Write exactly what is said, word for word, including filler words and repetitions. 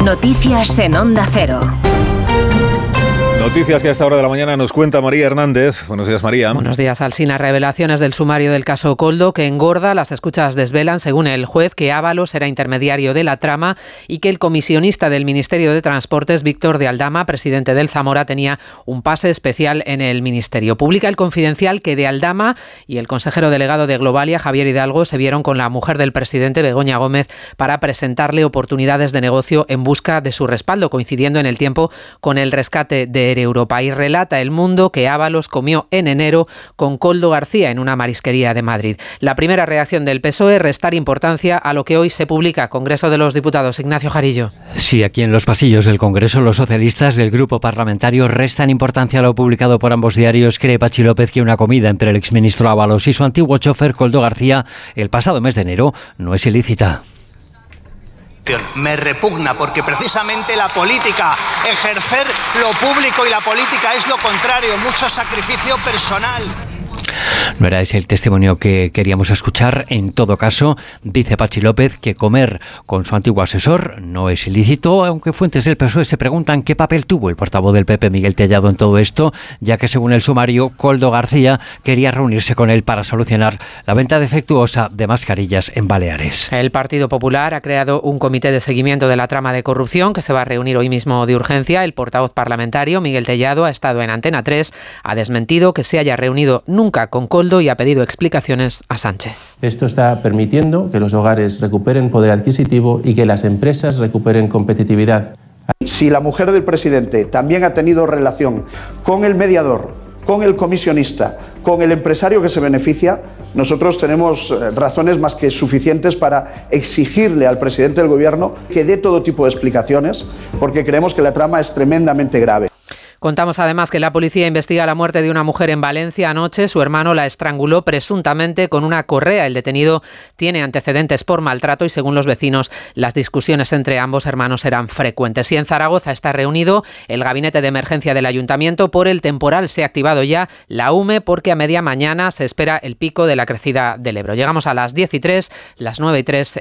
Noticias en Onda Cero. Noticias que a esta hora de la mañana nos cuenta María Hernández. Buenos días, María. Buenos días, Alsina. Revelaciones del sumario del caso Koldo que engorda. Las escuchas desvelan, según el juez, que Ábalos era intermediario de la trama y que el comisionista del Ministerio de Transportes, Víctor de Aldama, presidente del Zamora, tenía un pase especial en el ministerio. Publica el Confidencial que de Aldama y el consejero delegado de Globalia, Javier Hidalgo, se vieron con la mujer del presidente, Begoña Gómez, para presentarle oportunidades de negocio en busca de su respaldo, coincidiendo en el tiempo con el rescate de Europa. Y relata El Mundo que Ábalos comió en enero con Koldo García en una marisquería de Madrid. La primera reacción del P S O E, restar importancia a lo que hoy se publica. Congreso de los Diputados. Ignacio Jarillo. Sí, aquí en los pasillos del Congreso los socialistas del grupo parlamentario restan importancia a lo publicado por ambos diarios. Cree Pachi López que una comida entre el exministro Ábalos y su antiguo chofer Koldo García el pasado mes de enero no es ilícita. Me repugna porque precisamente la política, ejercer lo público y la política es lo contrario, mucho sacrificio personal. No era ese el testimonio que queríamos escuchar. En todo caso, dice Pachi López que comer con su antiguo asesor no es ilícito, aunque fuentes del P S O E se preguntan qué papel tuvo el portavoz del P P, Miguel Tellado, en todo esto, ya que según el sumario, Koldo García quería reunirse con él para solucionar la venta defectuosa de mascarillas en Baleares. El Partido Popular ha creado un comité de seguimiento de la trama de corrupción que se va a reunir hoy mismo de urgencia. El portavoz parlamentario, Miguel Tellado, ha estado en Antena tres, ha desmentido que se haya reunido nunca con Koldo y ha pedido explicaciones a Sánchez. Esto está permitiendo que los hogares recuperen poder adquisitivo y que las empresas recuperen competitividad. Si la mujer del presidente también ha tenido relación con el mediador, con el comisionista, con el empresario que se beneficia, nosotros tenemos razones más que suficientes para exigirle al presidente del gobierno que dé todo tipo de explicaciones, porque creemos que la trama es tremendamente grave. Contamos además que la policía investiga la muerte de una mujer en Valencia anoche. Su hermano la estranguló presuntamente con una correa. El detenido tiene antecedentes por maltrato y, según los vecinos, las discusiones entre ambos hermanos eran frecuentes. Y en Zaragoza está reunido el gabinete de emergencia del ayuntamiento por el temporal. Se ha activado ya la U M E porque a media mañana se espera el pico de la crecida del Ebro. Llegamos a las diez y tres, las nueve y tres